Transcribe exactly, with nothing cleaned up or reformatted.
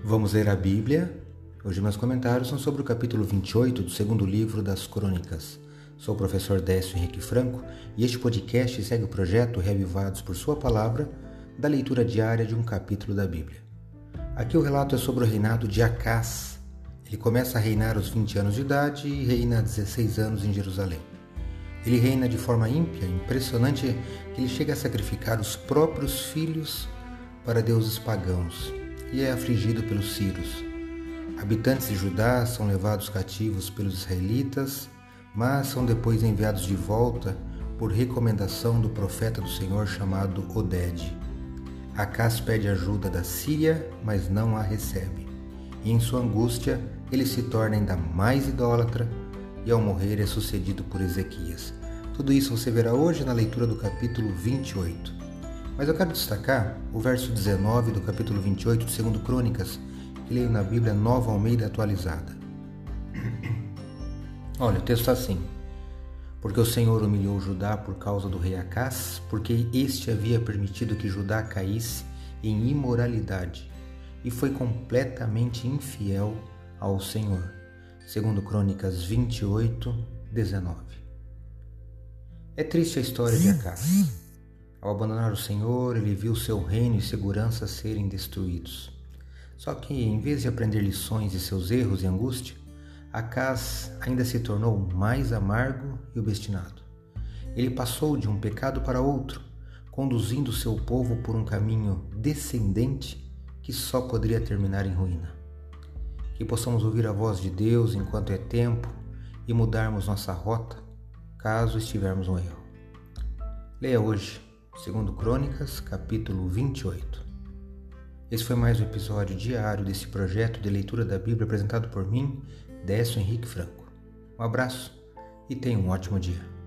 Vamos ler a Bíblia. Hoje meus comentários são sobre o capítulo vinte e oito do segundo livro das Crônicas. Sou o professor Décio Henrique Franco e este podcast segue o projeto Reavivados por Sua Palavra, da leitura diária de um capítulo da Bíblia. Aqui o relato é sobre o reinado de Acaz. Ele começa a reinar aos vinte anos de idade e reina há dezesseis anos em Jerusalém. Ele reina de forma ímpia, impressionante que ele chega a sacrificar os próprios filhos para deuses pagãos e é afligido pelos sírios. Habitantes de Judá são levados cativos pelos israelitas, mas são depois enviados de volta por recomendação do profeta do Senhor chamado Oded. Acaz pede ajuda da Síria, mas não a recebe. E em sua angústia, ele se torna ainda mais idólatra e ao morrer é sucedido por Ezequias. Tudo isso você verá hoje na leitura do capítulo vinte e oito. Mas eu quero destacar o verso dezenove do capítulo vinte e oito de segundo Crônicas, que leio na Bíblia Nova Almeida Atualizada. Olha, o texto está assim: porque o Senhor humilhou Judá por causa do rei Acaz, porque este havia permitido que Judá caísse em imoralidade e foi completamente infiel ao Senhor. Segundo Crônicas vinte e oito, dezenove. É triste a história de Acaz. Ao abandonar o Senhor, ele viu seu reino e segurança serem destruídos. Só que, em vez de aprender lições de seus erros e angústia, Acaz ainda se tornou mais amargo e obstinado. Ele passou de um pecado para outro, conduzindo seu povo por um caminho descendente que só poderia terminar em ruína. Que possamos ouvir a voz de Deus enquanto é tempo e mudarmos nossa rota, caso estivermos no erro. Leia hoje, segundo Crônicas, capítulo vinte e oito. Esse foi mais um episódio diário desse projeto de leitura da Bíblia apresentado por mim, Décio Henrique Franco. Um abraço e tenha um ótimo dia.